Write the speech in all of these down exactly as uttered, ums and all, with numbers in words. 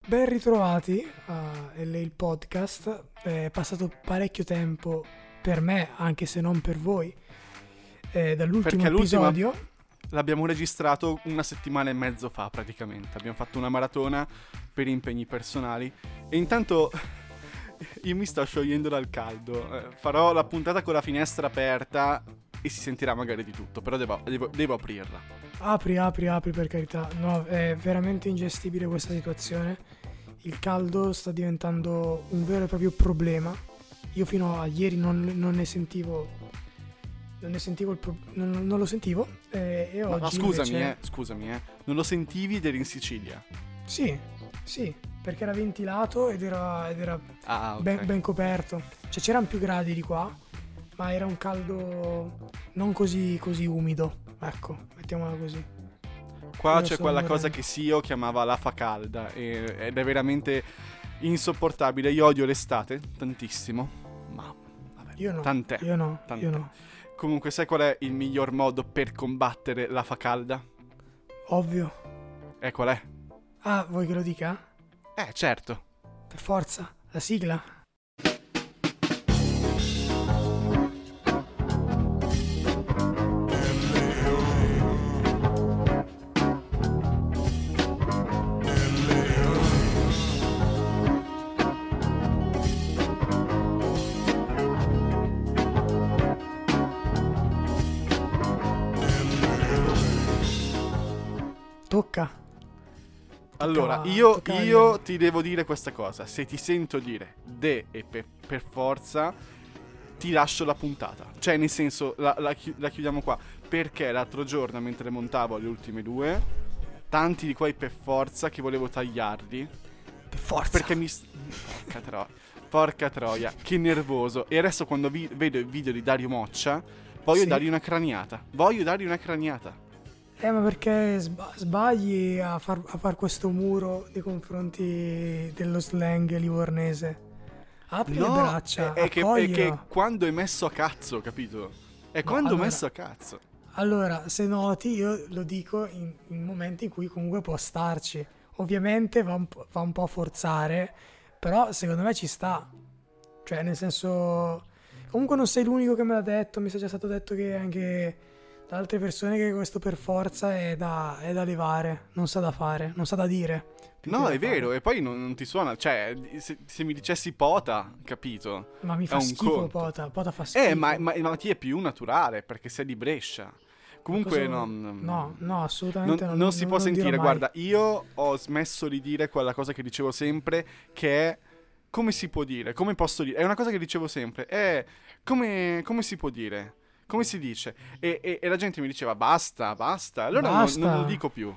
Ben ritrovati a L A il podcast. È passato parecchio tempo per me, anche se non per voi, eh, dall'ultimo Perché episodio. l'ultima l'abbiamo registrato una settimana e mezzo fa praticamente. Abbiamo fatto una maratona per impegni personali e intanto io mi sto sciogliendo dal caldo. Eh, farò la puntata con la finestra aperta e si sentirà magari di tutto, però devo, devo, devo aprirla. Apri, apri, apri per carità. No, è veramente ingestibile questa situazione. Il caldo sta diventando un vero e proprio problema. Io fino a ieri non, non ne sentivo Non ne sentivo il pro- non, non lo sentivo eh, e Ma, oggi ma scusami, invece... eh, scusami, eh. Non lo sentivi ed eri in Sicilia? Sì, sì, perché era ventilato ed era, ed era Ah, ok. ben, ben coperto. Cioè c'erano più gradi di qua, ma era un caldo non così, così umido. Ecco, mettiamola così. Qua Io c'è sono quella cosa morendo. che Sio chiamava l'afa calda e- ed è veramente insopportabile. Io odio l'estate tantissimo, ma vabbè, Io no, tant'è, io no, tant'è. io no. Comunque, sai qual è il miglior modo per combattere l'afa calda? Ovvio. Eh, qual è? Ah, vuoi che lo dica? Eh, certo. Per forza, la sigla. Tocca. Allora, Toccava- io, toccava io dirlo. ti devo dire questa cosa. Se ti sento dire de e per, per forza, ti lascio la puntata. Cioè, nel senso, la, la chi- la chiudiamo qua. Perché l'altro giorno, mentre montavo le ultime due, tanti di quei per forza che volevo tagliarli. Per forza. Perché mi... s- Porca troia. Porca troia, che nervoso. E adesso quando vi- vedo il video di Dario Moccia, voglio Sì. dargli una craniata. Voglio dargli una craniata. Eh, ma perché sba- sbagli a far, a far questo muro nei confronti dello slang livornese? Apri le braccia, è, è che, è accoglilo. che quando è messo a cazzo, capito? È quando allora- è messo a cazzo. Allora, se noti, io lo dico in, in momenti in cui comunque può starci. Ovviamente va un, po', va un po' a forzare, però secondo me ci sta. Cioè, nel senso... Comunque non sei l'unico che me l'ha detto, mi è già stato detto che anche da altre persone che questo per forza è da, è da levare, non sa da fare, non sa da dire. più No, che è da vero, fare. e poi non, non ti suona. Cioè, se, se mi dicessi pota, capito? Ma mi È fa un schifo conto. Pota, Pota fa schifo. Eh, ma, ma, ma ti è più naturale, perché sei di Brescia. Comunque, Cosa- no, no, no, no, non, assolutamente non no. si può non dirò sentire. mai. Guarda, io ho smesso di dire quella cosa che dicevo sempre, che è... Come si può dire? Come posso dire? È una cosa che dicevo sempre. È... Come, come si può dire? Come si dice? E, e- e la gente mi diceva basta, basta. Allora non- Basta. Non, lo dico più.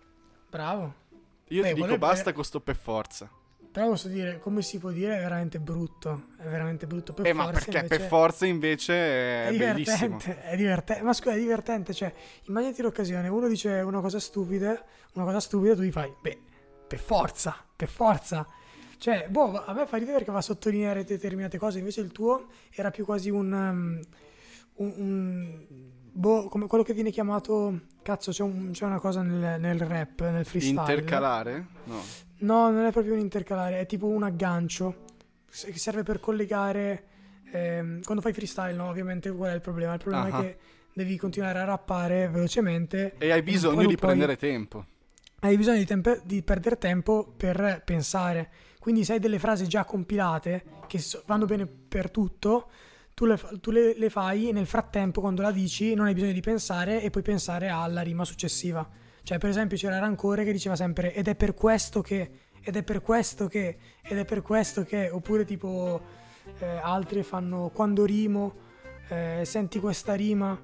Bravo. Io Beh, ti dico quello è- basta con sto per forza. Però posso dire, come si può dire, è veramente brutto. È veramente brutto. Per Eh, ma forza, perché invece, per forza invece è, è bellissimo. divertente. È divertente. Ma scusa, è divertente. Cioè, immaginati l'occasione. Uno dice una cosa stupida, una cosa stupida, tu gli fai, beh, per forza, per forza. Cioè, boh, a me fa ridere perché va a sottolineare determinate cose. Invece il tuo era più quasi un... um, un, un- boh, come quello che viene chiamato... Cazzo, c'è, un- c'è una cosa nel, nel rap, nel freestyle. Intercalare? No. No, non è proprio un intercalare, è tipo un aggancio se- che serve per collegare ehm, quando fai freestyle, no? Ovviamente qual è il problema? Il problema Ah. è che devi continuare a rappare velocemente E hai non- bisogno poi non di puoi- prendere tempo. hai bisogno di, tempe- di perdere tempo per pensare. Quindi se hai delle frasi già compilate che so- vanno bene per tutto, tu, le, fa- tu le, le fai e nel frattempo quando la dici non hai bisogno di pensare e puoi pensare alla rima successiva. Cioè, per esempio, c'era Rancore che diceva sempre ed è per questo che, ed è per questo che, ed è per questo che, oppure tipo eh, altri fanno quando rimo, eh, senti questa rima.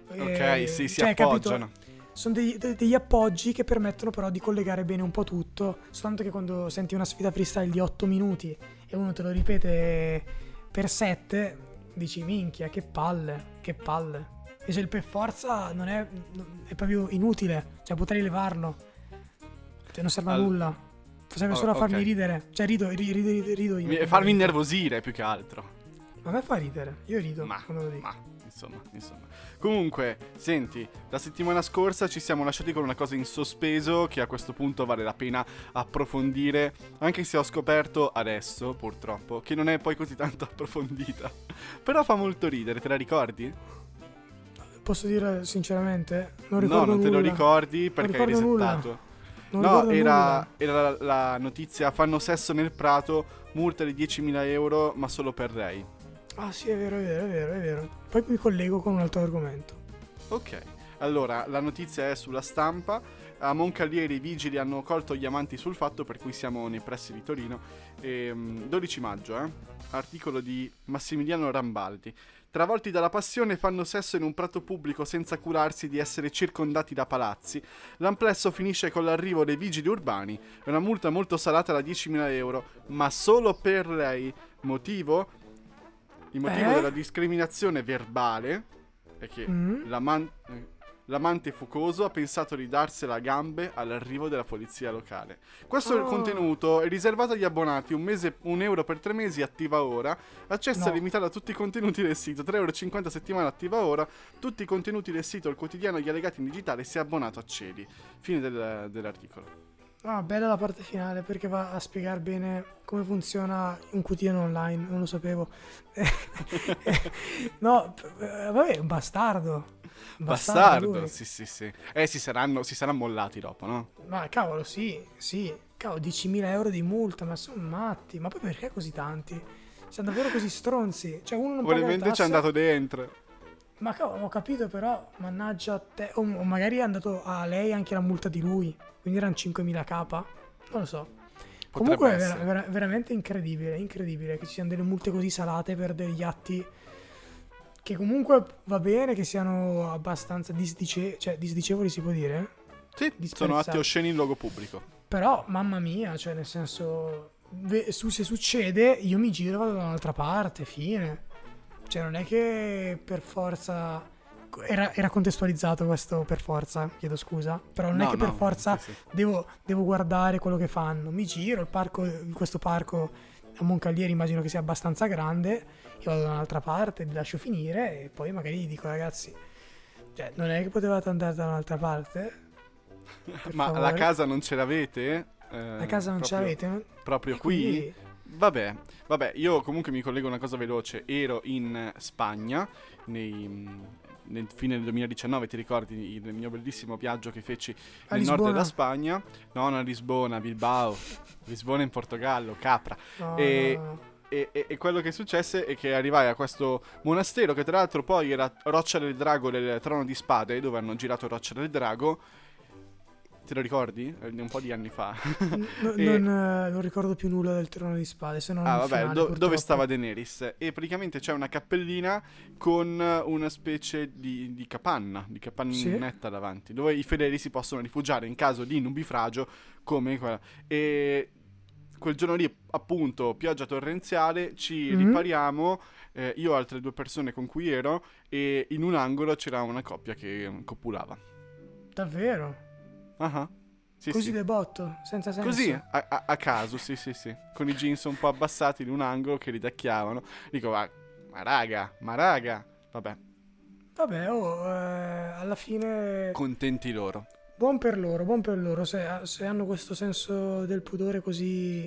Ok, sì, si cioè, capito? appoggiano. Sono degli, de- degli appoggi che permettono però di collegare bene un po' tutto. Soltanto che quando senti una sfida freestyle di otto minuti e uno te lo ripete per sette, dici minchia, che palle, che palle. Invece il per forza non è, è proprio inutile, cioè potrei levarlo, cioè non serve a Al- nulla, serve Oh, solo a farmi ok. cidere, cioè rido, ri- rido, rido, rido io. Mi- farmi innervosire più che altro. Ma a me fa ridere, io rido Ma, quando lo dico. ma insomma, insomma. Comunque, senti, la settimana scorsa ci siamo lasciati con una cosa in sospeso che a questo punto vale la pena approfondire, anche se ho scoperto adesso, purtroppo, che non è poi così tanto approfondita. Però fa molto ridere, te la ricordi? Posso dire sinceramente? Non ricordo No, non te nulla. lo ricordi perché hai ricordo resettato. nulla. Non No, ricordo era, nulla. era la, la notizia: fanno sesso nel prato, multa di diecimila euro, ma solo per lei. Ah sì, è vero, è vero, è vero, è vero. Poi mi collego con un altro argomento. Ok, allora la notizia è sulla stampa. A Moncalieri i vigili hanno colto gli amanti sul fatto, per cui siamo nei pressi di Torino. Ehm, dodici maggio, eh? Articolo di Massimiliano Rambaldi. Travolti dalla passione fanno sesso in un prato pubblico senza curarsi di essere circondati da palazzi. L'amplesso finisce con l'arrivo dei vigili urbani. È una multa molto salata da diecimila euro, ma solo per lei. Motivo? Il motivo Eh? della discriminazione verbale è che Mm. l'aman- l'amante focoso ha pensato di darsela a gambe all'arrivo della polizia locale. Questo è il Oh. contenuto, è riservato agli abbonati, un, mese, un euro per tre mesi, attiva ora, accesso No. limitato a tutti i contenuti del sito, tre euro e cinquanta a settimana, attiva ora, tutti i contenuti del sito, il quotidiano e gli allegati in digitale, se abbonato accedi. Fine del- dell'articolo. Ah, bella la parte finale perché va a spiegare bene come funziona un quotidiano online, non lo sapevo. No, eh, vabbè, un bastardo. Un Bastardo, lui. sì sì sì. Eh, si saranno, si saranno mollati dopo, no? Ma cavolo, sì, sì. Cavolo, diecimila euro di multa, ma sono matti. Ma poi perché così tanti? Siamo davvero così stronzi? Cioè uno non paga le Probabilmente ci è tasse. andato dentro. Ma cavolo, ho capito però, mannaggia a te. O, o magari è andato a lei anche la multa di lui. Quindi erano cinquemila k. Non lo so. Comunque è vera- essere. vera- veramente incredibile, incredibile che ci siano delle multe così salate per degli atti che comunque va bene che siano abbastanza disdice- cioè, disdicevoli, si può dire? Sì, Disprezzati. sono atti osceni in luogo pubblico. Però, mamma mia, cioè nel senso, ve- su, se succede io mi giro e vado da un'altra parte, fine. Cioè non è che per forza... Era, era contestualizzato questo per forza, chiedo scusa. Però non No, è che per no, forza sì, sì. devo, devo guardare quello che fanno. Mi giro, il parco, questo parco a Moncalieri immagino che sia abbastanza grande. Io vado da un'altra parte, li lascio finire e poi magari gli dico ragazzi, cioè non è che potevate andare da un'altra parte? Per Ma favore. la casa non ce l'avete? Eh, La casa non ce proprio- l'avete? no? Proprio E qui? quindi- Vabbè, vabbè, io comunque mi collego a una cosa veloce. Ero in Spagna nei, nel fine del duemiladiciannove, ti ricordi il mio bellissimo viaggio che feci A nel nord Lisbona? della Spagna? No, non a Lisbona, a Bilbao. Lisbona in Portogallo, Capra. No, E- no, no, no. E, e- e quello che successe è che arrivai a questo monastero che tra l'altro poi era Roccia del Drago del Trono di Spade, dove hanno girato Roccia del Drago. Te lo ricordi? È un po' di anni fa. N- E- non, eh, non ricordo più nulla del Trono di Spade, se non Ah, il vabbè, finale, do- dove purtroppo. stava Daenerys? E praticamente c'è una cappellina con una specie di, di capanna, di capannetta davanti, dove i fedeli si possono rifugiare in caso di nubifragio, come quella. E quel giorno lì, appunto, pioggia torrenziale, ci Mhm. ripariamo, eh, io e altre due persone con cui ero, e in un angolo c'era una coppia che mm, copulava. Davvero? Ah ah. Sì, Così sì. de botto, senza senso. Così, a, a- a caso, sì, sì, sì. Con i jeans un po' abbassati in un angolo che ridacchiavano. Dico, ma, ma raga, ma raga. Vabbè, Vabbè, oh, eh, alla fine contenti loro. buon per loro, buon per loro. Se, se hanno questo senso del pudore così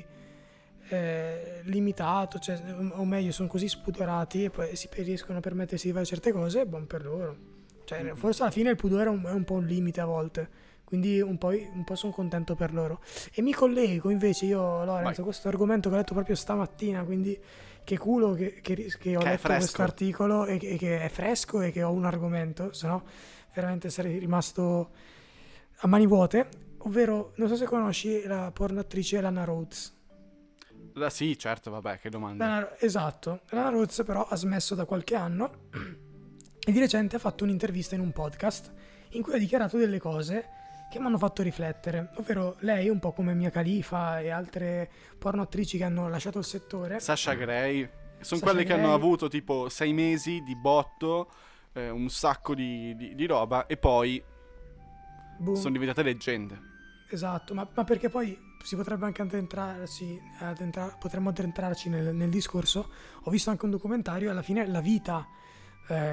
eh, limitato, cioè, o meglio, sono così spudorati e poi si riescono a permettersi di fare certe cose, buon per loro. Cioè, forse alla fine il pudore è un, è un po' un limite a volte. Quindi un po', un po' sono contento per loro. E mi collego invece io, Lorenzo, Vai. questo argomento che ho letto proprio stamattina, quindi che culo che, che, che ho Che è letto fresco. questo articolo e che, e che è fresco e che ho un argomento, se no veramente sarei rimasto a mani vuote. Ovvero, non so se conosci la pornoattrice Lana Rhodes. La- sì, certo, vabbè, che domanda. Lana- esatto, Lana Rhodes però ha smesso da qualche anno e di recente ha fatto un'intervista in un podcast in cui ha dichiarato delle cose che mi hanno fatto riflettere, ovvero lei, un po' come Mia Khalifa e altre pornoattrici che hanno lasciato il settore. Sasha Grey. Sono Sasha quelle che hanno Grey. avuto tipo sei mesi di botto, eh, un sacco di, di- di roba e poi Boom. sono diventate leggende. Esatto, ma, ma perché poi si potrebbe anche addentrarsi, addentra- potremmo addentrarci nel, nel discorso. Ho visto anche un documentario, alla fine la vita eh,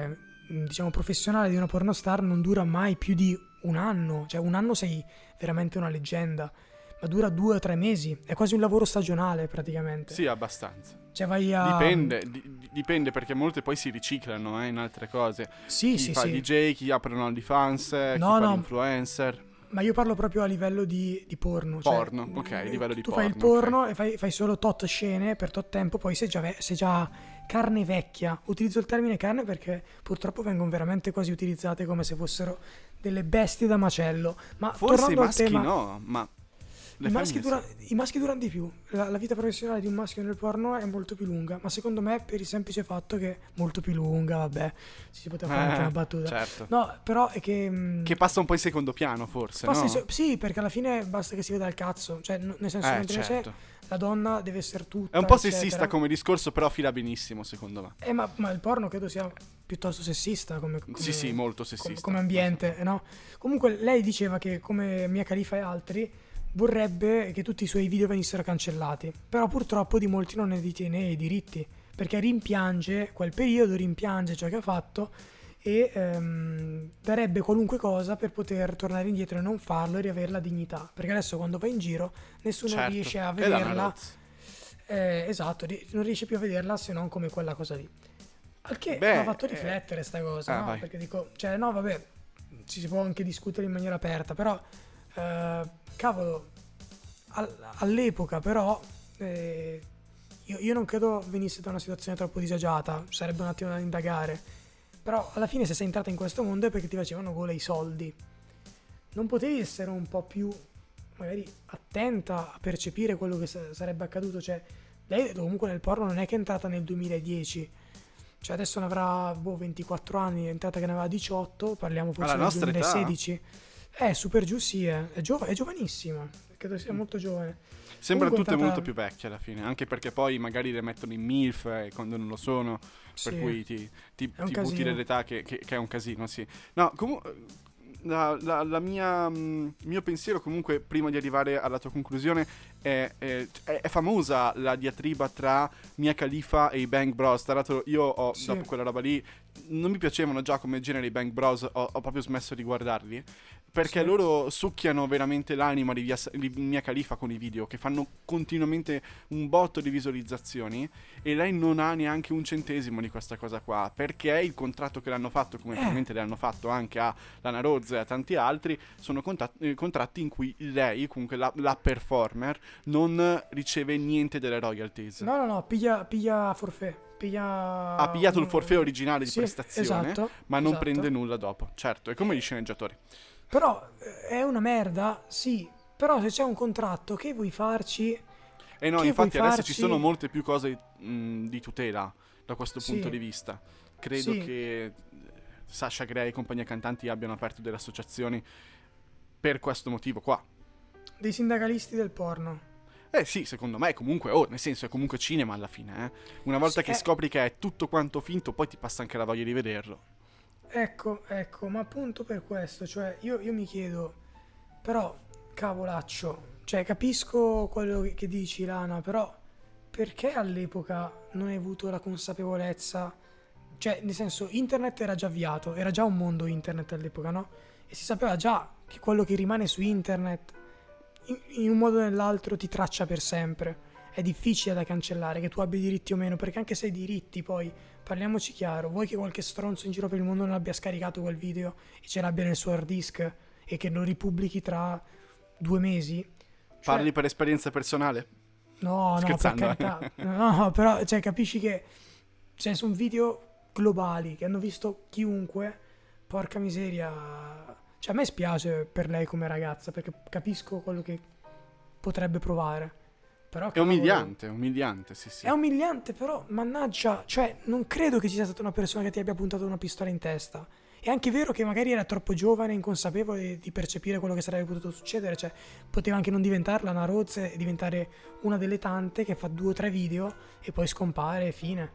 diciamo, professionale di una pornostar non dura mai più di un anno. Cioè, un anno sei veramente una leggenda. Ma dura due o tre mesi. È quasi un lavoro stagionale, praticamente. Sì, abbastanza. Cioè, vai a... Dipende, di- dipende perché molte poi si riciclano eh, in altre cose. Sì, chi sì, fa sì. D J, chi aprono OnlyFans, No, chi fa no. l'influencer. Ma io parlo proprio a livello di, di porno. Porno, cioè, ok, a livello di tu porno. fai il porno e fai, fai solo tot scene per tot tempo, poi sei già, ve- sei già carne vecchia. Utilizzo il termine carne perché purtroppo vengono veramente quasi utilizzate come se fossero delle bestie da macello. Ma Forse i tornando al maschi tema, no, ma le i maschi, femmine dura- sì. i maschi durano di più. La, la vita professionale di un maschio nel porno è molto più lunga, ma secondo me per il semplice fatto che molto più lunga, vabbè, si poteva fare anche Eh, una battuta. certo. No, però è che... mh, Che passa un po' in secondo piano, forse, Passa no? in se- sì, perché alla fine basta che si veda il cazzo, cioè n- nel senso Eh, mentre invece certo. la donna deve essere tutta È un po' eccetera. sessista come discorso, però fila benissimo, secondo me. Eh, ma, ma il porno credo sia piuttosto sessista come, come- Sì, sì, molto come, sessista. come ambiente, no? Comunque lei diceva che come Mia Khalifa e altri vorrebbe che tutti i suoi video venissero cancellati, però purtroppo di molti non ne detiene i diritti, perché rimpiange quel periodo, rimpiange ciò che ha fatto e ehm, darebbe qualunque cosa per poter tornare indietro e non farlo e riavere la dignità, perché adesso quando va in giro nessuno Certo. riesce a Ed è una vederla. rozza. Eh, esatto, ri- non riesce più a vederla se non come quella cosa lì. Al che Beh, mi ha fatto eh, riflettere sta cosa, ah, no? vai. Perché dico, cioè no, vabbè, ci si può anche discutere in maniera aperta, però eh, cavolo, al- all'epoca però eh, io, io non credo venisse da una situazione troppo disagiata, sarebbe un attimo da indagare, però alla fine se sei entrata in questo mondo è perché ti facevano gola i soldi. Non potevi essere un po' più magari attenta a percepire quello che sa- sarebbe accaduto? Cioè, lei comunque nel porno non è che è entrata nel duemiladieci, cioè adesso ne avrà boh, ventiquattro anni, è entrata che ne aveva diciotto, parliamo forse Alla del nostra età? duemilasedici. Eh, super giù sì, eh. è, giova- è giovanissima, credo sia molto giovane. Sembra Comunque tutte è stata- molto più vecchie alla fine, anche perché poi magari le mettono in MILF eh, quando non lo sono, Sì. per cui ti, ti, È un ti butti casino. nell'età che, che, che è un casino, sì. No, comunque... La, la, la mia mh, mio pensiero comunque prima di arrivare alla tua conclusione è, è, è- è famosa la diatriba tra Mia Khalifa e i Bang Bros. Tra l'altro io ho, Sì. dopo quella roba lì, non mi piacevano già come genere i Bang Bros, ho, ho proprio smesso di guardarli perché Sì. loro succhiano veramente l'anima di, Via- di Mia Khalifa con i video, che fanno continuamente un botto di visualizzazioni, e lei non ha neanche un centesimo di questa cosa qua, perché il contratto che l'hanno fatto, come Eh. probabilmente le hanno fatto anche a Lana Rhodes e a tanti altri, sono contat- eh, contratti in cui lei, comunque la, la performer, non riceve niente delle royalties. No, no, no, piglia, piglia forfait. Piglia... Ha pigliato il un- forfait originale di Sì, prestazione, esatto, ma non esatto. prende nulla dopo. Certo, è come gli sceneggiatori. Però eh, è una merda, sì. Però se c'è un contratto, che vuoi farci? E no, Che infatti vuoi adesso farci? ci sono molte più cose mh, di tutela da questo Sì. punto di vista. Credo Sì. che Sasha Grey e compagnia cantanti abbiano aperto delle associazioni per questo motivo qua. Dei sindacalisti del porno. Eh sì, secondo me comunque, oh, nel senso è comunque cinema alla fine, eh. Una volta Sì, che eh. scopri che è tutto quanto finto, poi ti passa anche la voglia di vederlo. Ecco, ecco, ma appunto per questo, cioè io, io mi chiedo, però, cavolaccio, cioè capisco quello che, che dici Lana, però perché all'epoca non hai avuto la consapevolezza, cioè nel senso internet era già avviato, era già un mondo internet all'epoca, no? E si sapeva già che quello che rimane su internet in, in un modo o nell'altro ti traccia per sempre. È difficile da cancellare, che tu abbia i diritti o meno, perché anche se hai diritti poi, parliamoci chiaro, vuoi che qualche stronzo in giro per il mondo non abbia scaricato quel video e ce l'abbia nel suo hard disk e che lo ripubblichi tra due mesi? Cioè, Parli per esperienza personale? no, no, per scherzando, eh. carità. No, però, cioè, capisci che cioè, sono video globali che hanno visto chiunque, porca miseria. Cioè, a me spiace per lei come ragazza, perché capisco quello che potrebbe provare. Però, È cavolo, umiliante, umiliante, sì sì. È umiliante, però, mannaggia, cioè, non credo che ci sia stata una persona che ti abbia puntato una pistola in testa. È anche vero che magari era troppo giovane, inconsapevole di percepire quello che sarebbe potuto succedere, cioè, poteva anche non diventarla una rozza e diventare una delle tante che fa due o tre video e poi scompare e fine.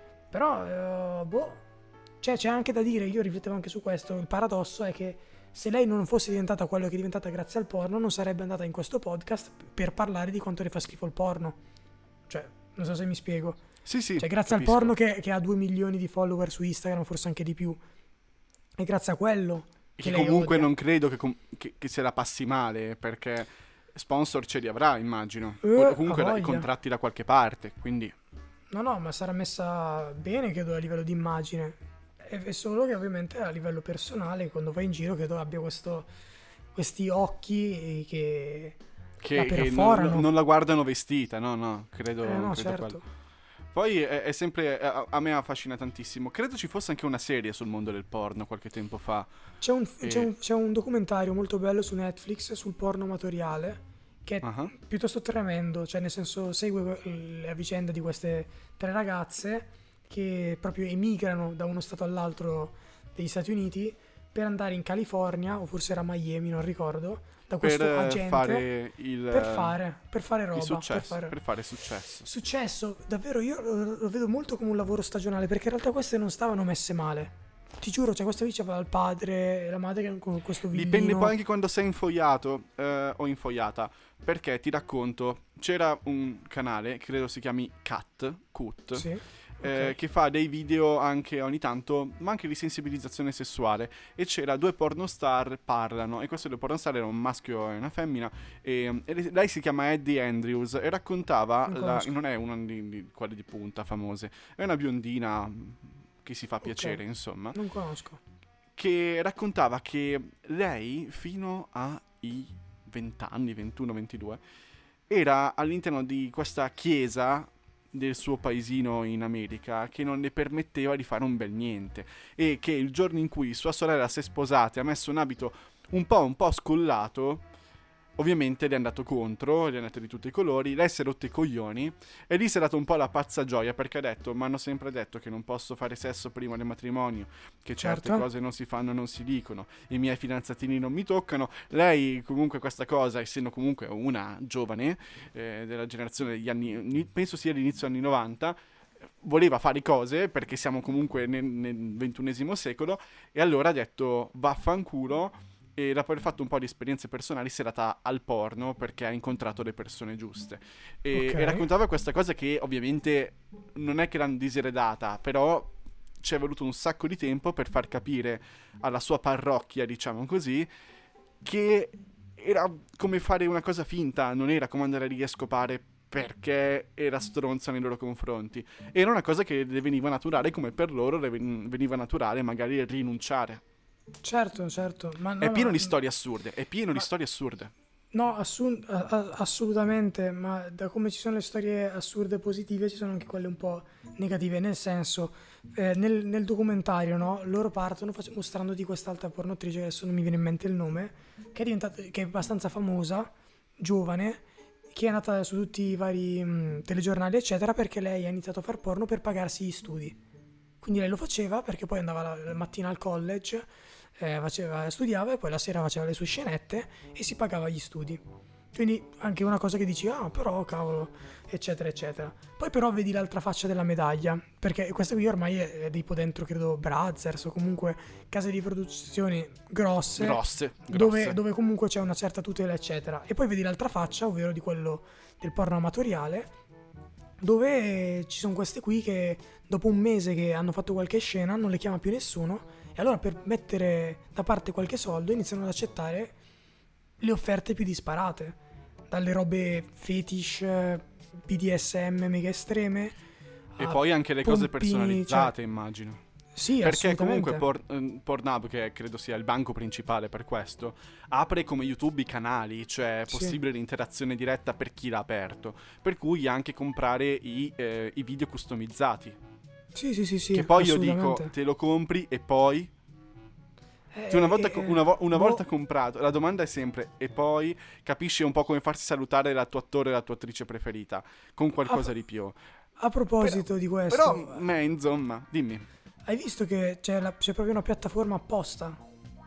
Però, eh, boh, cioè, c'è anche da dire, io riflettevo anche su questo, il paradosso è che se lei non fosse diventata quello che è diventata grazie al porno, non sarebbe andata in questo podcast per parlare di quanto le fa schifo il porno. Cioè, non so se mi spiego. Sì sì. Cioè, grazie capisco. al porno che, che ha due milioni di follower su Instagram, forse anche di più, è grazie a quello E che che lei comunque odia. non credo che, com- che- che se la passi male, perché sponsor ce li avrà, immagino. Eh, O ha comunque la- i voglia. contratti da qualche parte, quindi... No, no, ma sarà messa bene, credo, a livello di immagine. È è solo che ovviamente a livello personale, quando vai in giro, credo abbia questo, questi occhi che la Che, che non, perforano. non la guardano vestita, no, no, credo, Eh no, credo certo. quello. Poi è, è sempre, a, a me affascina tantissimo. Credo ci fosse anche una serie sul mondo del porno qualche tempo fa. C'è un, E- c'è un- c'è un documentario molto bello su Netflix sul porno amatoriale che è Ah, piuttosto tremendo, cioè nel senso segue la vicenda di queste tre ragazze che proprio emigrano da uno stato all'altro degli Stati Uniti per andare in California o forse era Miami, non ricordo, da per questo eh, agente fare il, per fare, per fare roba, il successo, per fare... per fare successo. Successo, davvero io lo, lo vedo molto come un lavoro stagionale perché in realtà queste non stavano messe male. Ti giuro, cioè questa qui c'aveva il padre e la madre che con questo villino. Dipende poi anche quando sei infogliato eh, o infogliata. Perché ti racconto, c'era un canale, credo si chiami Cut, Cut, Sì, eh, ok. che fa dei video anche ogni tanto, ma anche di sensibilizzazione sessuale. E c'era due pornostar parlano, e queste due pornostar erano un maschio e una femmina. E, e lei si chiama Eddie Andrews e raccontava, Non la- conosco. non è una di, di quelle di punta famose, è una biondina che si fa Ok. piacere, insomma, Non conosco. che raccontava che lei fino ai venti anni, ventuno ventidue, era all'interno di questa chiesa del suo paesino in America che non le permetteva di fare un bel niente, e che il giorno in cui sua sorella si è sposata e ha messo un abito un po' un po' scollato, ovviamente le è andato contro, le è andato di tutti i colori, lei si è rotto i coglioni e lì si è dato un po' la pazza gioia, perché ha detto: mi hanno sempre detto che non posso fare sesso prima del matrimonio, che certe Certo. cose non si fanno, non si dicono, i miei fidanzatini non mi toccano. Lei comunque questa cosa, essendo comunque una giovane eh, della generazione degli anni, penso sia l'inizio anni novanta, voleva fare cose perché siamo comunque nel, nel ventunesimo secolo, e allora ha detto vaffanculo. E dopo aver fatto un po' di esperienze personali si è data al porno perché ha incontrato le persone giuste. E, Ok. e raccontava questa cosa che ovviamente non è che l'hanno diseredata, però ci è voluto un sacco di tempo per far capire alla sua parrocchia, diciamo così, che era come fare una cosa finta, non era come andare lì a scopare perché era stronza nei loro confronti. Era una cosa che le veniva naturale, come per loro le ven- veniva naturale magari rinunciare. Certo, certo. Ma no, È pieno ma- di storie assurde, è pieno di Ma- storie assurde. No, assun- a- a- assolutamente, ma da come ci sono le storie assurde positive ci sono anche quelle un po' negative, nel senso, eh, nel, nel documentario, no, loro partono fac- mostrando di quest'altra pornoattrice, adesso non mi viene in mente il nome, che è diventata, che è abbastanza famosa, giovane, che è andata su tutti i vari mh, telegiornali, eccetera, perché lei ha iniziato a far porno per pagarsi gli studi. Quindi lei lo faceva perché poi andava la, la mattina al college, eh, faceva- studiava e poi la sera faceva le sue scenette e si pagava gli studi. Quindi anche una cosa che dici, ah però cavolo, eccetera eccetera. Poi però vedi l'altra faccia della medaglia, perché questa qui ormai è, è tipo dentro, credo, Brazzers o comunque case di produzione grosse, Grosse, dove, grosse. dove comunque c'è una certa tutela eccetera. E poi vedi l'altra faccia, ovvero di quello del porno amatoriale, dove ci sono queste qui che dopo un mese che hanno fatto qualche scena non le chiama più nessuno, e allora per mettere da parte qualche soldo iniziano ad accettare le offerte più disparate, dalle robe fetish, B D S M mega estreme, E a poi anche le cose pompini, personalizzate, cioè- immagino. sì, Perché assolutamente. comunque Por- ehm, Pornhub, che credo sia il banco principale per questo, apre come YouTube i canali, cioè è Sì. possibile l'interazione diretta per chi l'ha aperto. Per cui anche comprare i, eh, i video customizzati. Sì, sì, sì, sì, Che poi io dico, assolutamente. te lo compri e poi... Eh, Cioè una volta, eh, co- una vo- una boh, volta comprato, la domanda è sempre, e poi capisci un po' come farsi salutare dal tuo attore o la tua attrice preferita, con qualcosa a, di più. a proposito di questo, Però, me, insomma, dimmi. hai visto che c'è, la- c'è proprio una piattaforma apposta?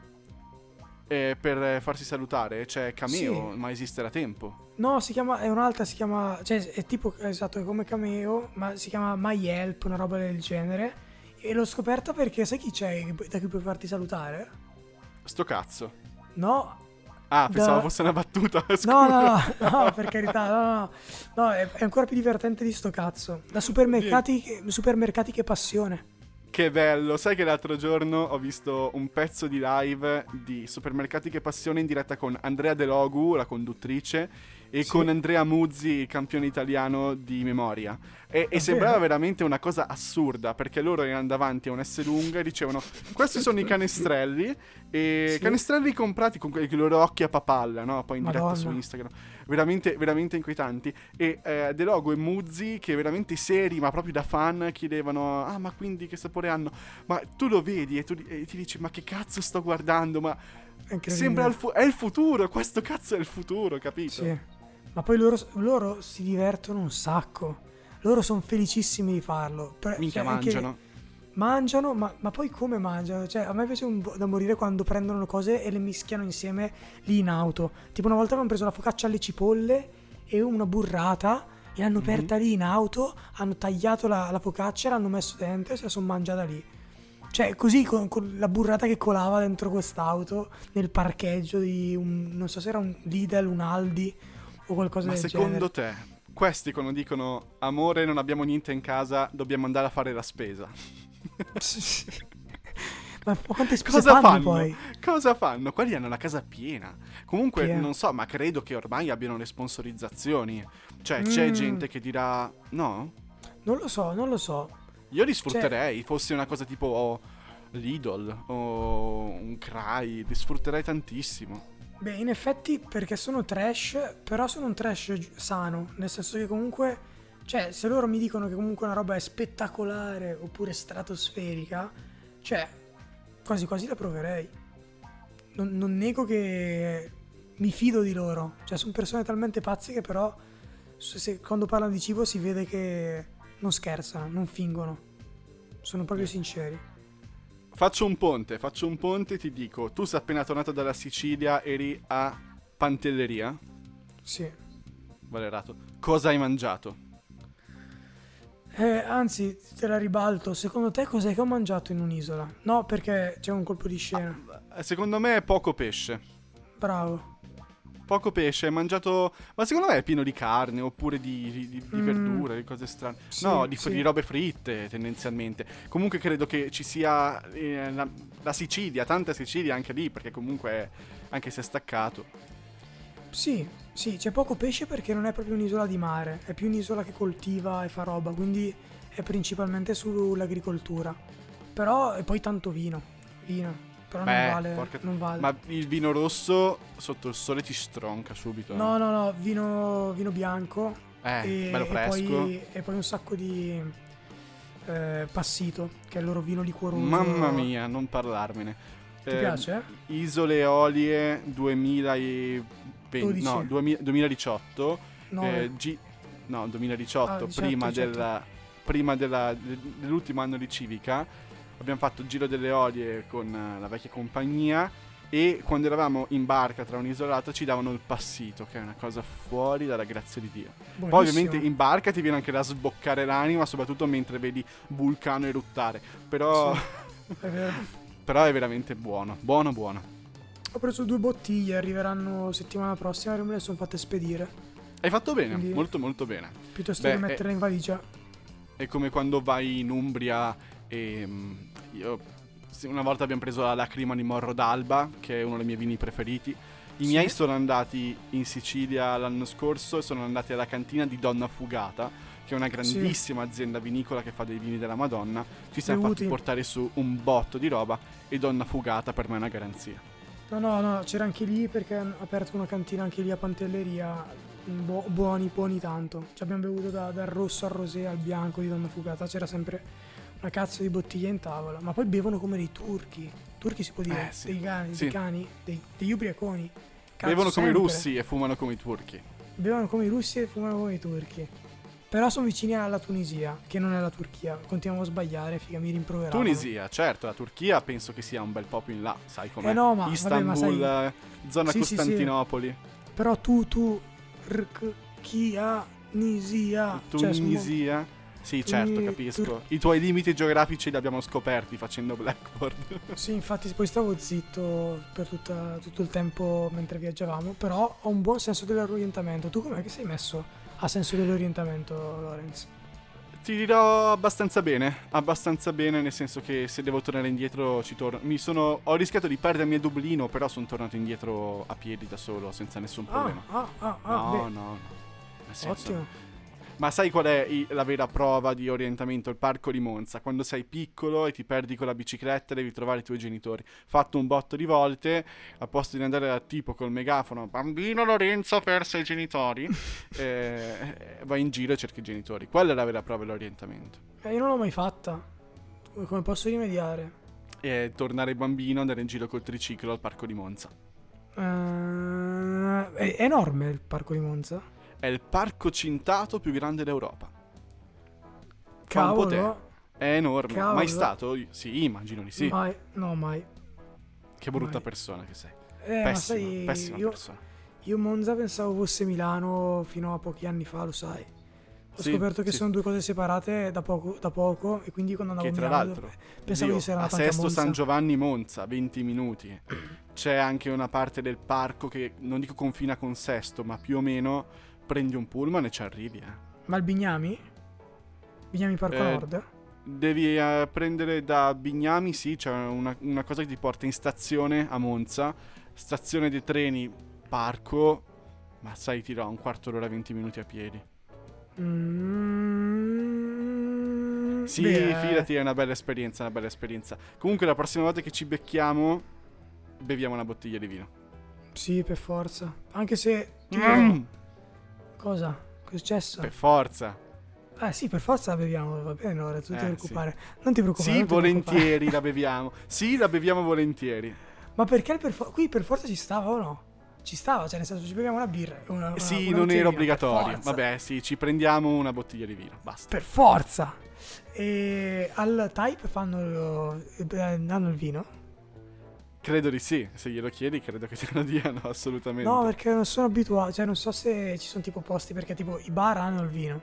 Eh, per eh, farsi salutare c'è Cameo, Sì. ma esiste da tempo. No, si chiama, è un'altra, si chiama, cioè è tipo, esatto, è come Cameo, ma si chiama My Help, una roba del genere. E l'ho scoperta perché sai chi c'è che- da cui puoi farti salutare? Sto cazzo. No, Ah, pensavo Da- fosse una battuta. Scusa. no, no, no, no, per carità, no, no, no, è, è ancora più divertente di sto cazzo. Da supermercati, che- supermercati che passione. Che bello, sai che l'altro giorno ho visto un pezzo di live di Supermercati che Passione in diretta con Andrea De Logu, la conduttrice, e Sì. con Andrea Muzzi, il campione italiano di memoria. E, e sembrava veramente una cosa assurda, perché loro erano davanti a un S lunga e dicevano: questi sono i canestrelli, e Sì. canestrelli comprati con quei loro occhi a papalla, no? Poi in diretta Madonna. su Instagram. Veramente, veramente inquietanti. E eh, De Logu e Muzzi, che veramente seri, ma proprio da fan, chiedevano: ah, ma quindi che sapore hanno? Ma tu lo vedi e, tu, e ti dici: ma che cazzo sto guardando? Ma sembra il, fu- è il futuro, questo cazzo è il futuro, capito? Sì. Ma poi loro, loro si divertono un sacco. Loro sono felicissimi di farlo. Per, Minchia, cioè, anche- mangiano. Mangiano, ma, ma poi come mangiano? Cioè, a me piace un po' da morire quando prendono cose e le mischiano insieme lì in auto. Tipo una volta avevano preso la focaccia alle cipolle e una burrata e l'hanno Mhm. aperta lì in auto, hanno tagliato la, la focaccia, l'hanno messo dentro e se la sono mangiata lì. Cioè, così con, con la burrata che colava dentro quest'auto nel parcheggio di un, non so se era un Lidl, un Aldi o qualcosa Ma del secondo genere. te, questi quando dicono: amore, non abbiamo niente in casa, dobbiamo andare a fare la spesa, Ma quante spese cosa fanno, fanno? poi? Cosa fanno? Quelli hanno la casa piena. Comunque, Piena. non so, ma credo che ormai abbiano le sponsorizzazioni. Cioè, c'è Mm. gente che dirà: no? Non lo so, non lo so. Io li sfrutterei, fosse una cosa tipo oh, Lidl o un Cry, li sfrutterei tantissimo. Beh, in effetti perché sono trash, però sono un trash gi- sano, nel senso che comunque, cioè, se loro mi dicono che comunque una roba è spettacolare oppure stratosferica, cioè, quasi quasi la proverei. Non, non nego che mi fido di loro, cioè, sono persone talmente pazze che però se, se- quando parlano di cibo si vede che non scherzano, non fingono, sono proprio sinceri. Faccio un ponte, faccio un ponte e ti dico: tu sei appena tornato dalla Sicilia, eri a Pantelleria, Sì. Valerato. Cosa hai mangiato? Eh, anzi, te la ribalto. Secondo te cos'è che ho mangiato in un'isola? No, perché c'è un colpo di scena. Eh, Secondo me è poco pesce. Bravo. Poco pesce, hai mangiato. Ma secondo me è pieno di carne oppure di, di- di- di Mm. verdure, di cose strane. Sì, no, di, sì. di robe fritte tendenzialmente. Comunque credo che ci sia eh, la, la Sicilia, tanta Sicilia anche lì, perché comunque anche se è staccato. Sì, sì, c'è poco pesce perché non è proprio un'isola di mare, è più un'isola che coltiva e fa roba, quindi è principalmente sull'agricoltura. Però, e poi tanto vino. Vino. Però Beh, non vale. porca- Non vale. Ma il vino rosso sotto il sole ti stronca subito. No, no, no, vino, vino bianco. Eh, e, bello e fresco. poi, e poi un sacco di eh, passito, che è il loro vino liquoroso. Mamma mia, non parlarmene. Ti Eh, piace? Isole Eolie duemilaventi, dodici. no, duemila duemiladiciotto. nove. eh, G- no, duemiladiciotto, Ah, diciotto, prima, diciotto. della, prima della- de- dell'ultimo anno di civica. Abbiamo fatto il giro delle Eolie con eh, la vecchia compagnia. E quando eravamo in barca tra un'isola e l'altra ci davano il passito, che è una cosa fuori dalla grazia di Dio. Poi Buonissimo. ovviamente in barca ti viene anche da sboccare l'anima, soprattutto mentre vedi Vulcano eruttare. Però, Sì, è vero. però è veramente buono, buono buono. Ho preso due bottiglie, arriveranno settimana prossima e me le sono fatte spedire. Hai fatto bene, Quindi- molto molto bene. Piuttosto Beh, che metterle in valigia. È come quando vai in Umbria e mm, io sì, una volta abbiamo preso la Lacrima di Morro d'Alba, che è uno dei miei vini preferiti. I Sì. miei sono andati in Sicilia l'anno scorso e sono andati alla cantina di Donna Fugata, che è una grandissima azienda vinicola che fa dei vini della Madonna. Ci siamo Bevuti. fatti portare su un botto di roba e Donna Fugata per me è una garanzia. No, no, no, c'era anche lì perché hanno aperto una cantina anche lì a Pantelleria. Bu- buoni, buoni tanto. Ci abbiamo bevuto da- dal rosso al rosé al bianco di Donna Fugata. C'era sempre una cazzo di bottiglia in tavola. Ma poi bevono come dei turchi. Turchi si può dire? Eh, sì. Dei cani, Sì. dei cani, dei- degli ubriaconi. Cazzo, Bevono come i sempre. russi e fumano come i turchi. Bevono come i russi e fumano come i turchi. Però sono vicini alla Tunisia, che non è la Turchia. Continuiamo a sbagliare, figa, mi rimproveravano. Tunisia, certo, la Turchia penso che sia un bel po' più in là, sai com'è? Eh no, ma- vabbè, Istanbul, ma sai- eh, zona Sì, sì, sì. Costantinopoli. Però tu, tu, rk, chia, nisia. cioè, sono- Tunisia. Sì, certo, Tuni- capisco. Tur- I tuoi limiti geografici li abbiamo scoperti facendo Blackboard. Sì, infatti poi stavo zitto per tutta- tutto il tempo mentre viaggiavamo, però ho un buon senso dell'orientamento. Tu com'è che sei messo a senso dell'orientamento, Lorenz? Ti dirò abbastanza bene, abbastanza bene, nel senso che se devo tornare indietro ci torno. Mi sono, ho rischiato di perdermi a Dublino, però sono tornato indietro a piedi da solo, senza nessun problema. Ah, ah, ah, no, beh. no, no. Nel senso, Ottimo. ma sai qual è i- la vera prova di orientamento? Il parco di Monza. Quando sei piccolo e ti perdi con la bicicletta, devi trovare i tuoi genitori. Fatto un botto di volte, a posto di andare da tipo col megafono, bambino Lorenzo ha perso i genitori, eh, vai in giro e cerchi i genitori. Quella è la vera prova dell'orientamento. Eh, io non l'ho mai fatta. Come posso rimediare? E tornare bambino, andare in giro col triciclo al parco di Monza. Eh, è, è enorme il parco di Monza. È il parco cintato più grande d'Europa. Fa un po' Cavolo. te. È enorme. Cavolo. Mai stato? Sì, immagino di sì. Mai. No, mai. Che brutta mai. persona che sei. Eh, ma Pessima, sai, pessima io, persona. io Monza pensavo fosse Milano fino a pochi anni fa, lo sai. Ho Sì, scoperto che sì. sono due cose separate da poco, da poco e quindi quando andavo Che a tra Milano l'altro, pensavo Dio, che c'era a una tanta Sesto Monza. San Giovanni Monza, venti minuti. C'è anche una parte del parco che non dico confina con Sesto, ma più o meno prendi un pullman e ci arrivi, eh. Ma il Bignami? Bignami Parco Eh, Nord? Devi eh, prendere da Bignami, sì, c'è una, una cosa che ti porta in stazione a Monza, stazione dei treni, parco, ma sai, ti do un quarto d'ora, venti minuti a piedi. Mm, Sì, beh, fidati, è una bella esperienza, una bella esperienza. Comunque la prossima volta che ci becchiamo, beviamo una bottiglia di vino. Sì, per forza. Anche se... ti Mm. dirò- Cosa? Cosa è successo? Per forza. Ah sì, per forza la beviamo, va bene, allora, tu non ti Eh, preoccupare. Non ti preoccupare. Sì, non ti volentieri la beviamo. Sì, la beviamo volentieri. preoccupare. Ma perché il per for- qui per forza ci stava o no? Ci stava, cioè nel senso ci beviamo una birra. Una, una, Sì, una non bottiglia era di vino, per obbligatorio. forza. Vabbè, sì, ci prendiamo una bottiglia di vino. Basta. Per forza. E al Type fanno, eh, hanno il vino? Credo di sì. Se glielo chiedi, credo che te lo diano, assolutamente. No, perché non sono abituato, cioè non so se ci sono tipo posti, perché tipo i bar hanno il vino.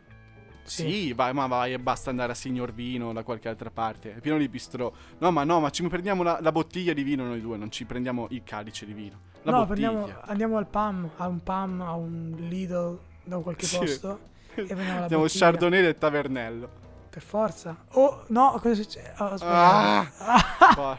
Sì, vai, ma vai, e basta andare a Signor Vino o da qualche altra parte. È pieno di bistrò. No, ma no, ma ci prendiamo la, la bottiglia di vino noi due, non ci prendiamo il calice di vino. La no, bottiglia. prendiamo, andiamo al P A M, a un P A M, a un Lidl, da qualche Sì. posto. E prendiamo la Andiamo al bottiglia. Chardonnay del Tavernello. Per forza. Oh, no, cosa succede? Oh, Ah! aspetta. Qua.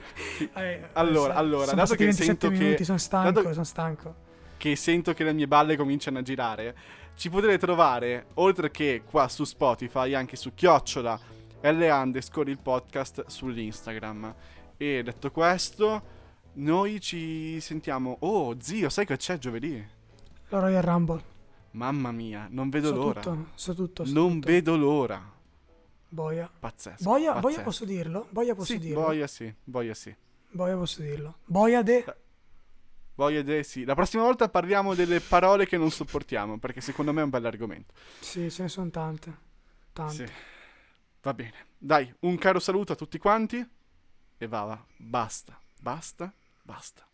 Eh, Allora, sono allora, passati dato che ventisette sento minuti, che- sono stanco, dato- sono stanco. Che sento che le mie balle cominciano a girare, ci potete trovare, oltre che qua su Spotify, anche su chiocciola L underscore il podcast sull'Instagram. E detto questo, noi ci sentiamo. Oh, zio, sai che c'è giovedì? La Royal Rumble. Mamma mia, non vedo So l'ora. tutto, so tutto, so non tutto. vedo l'ora. Boia. Pazzesco. Boia, pazzesco. boia posso dirlo? Boia posso Sì, dirlo? boia sì, boia sì. Boia posso dirlo. Boia de... Boia de sì. La prossima volta parliamo delle parole che non sopportiamo, perché secondo me è un bell'argomento. Sì, ce ne sono tante. Tante. Sì. Va bene. Dai, un caro saluto a tutti quanti. E va, va. Basta, basta, basta.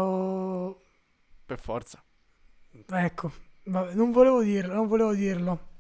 Ciao. Per forza. Ecco, vabbè, non volevo dirlo, non volevo dirlo.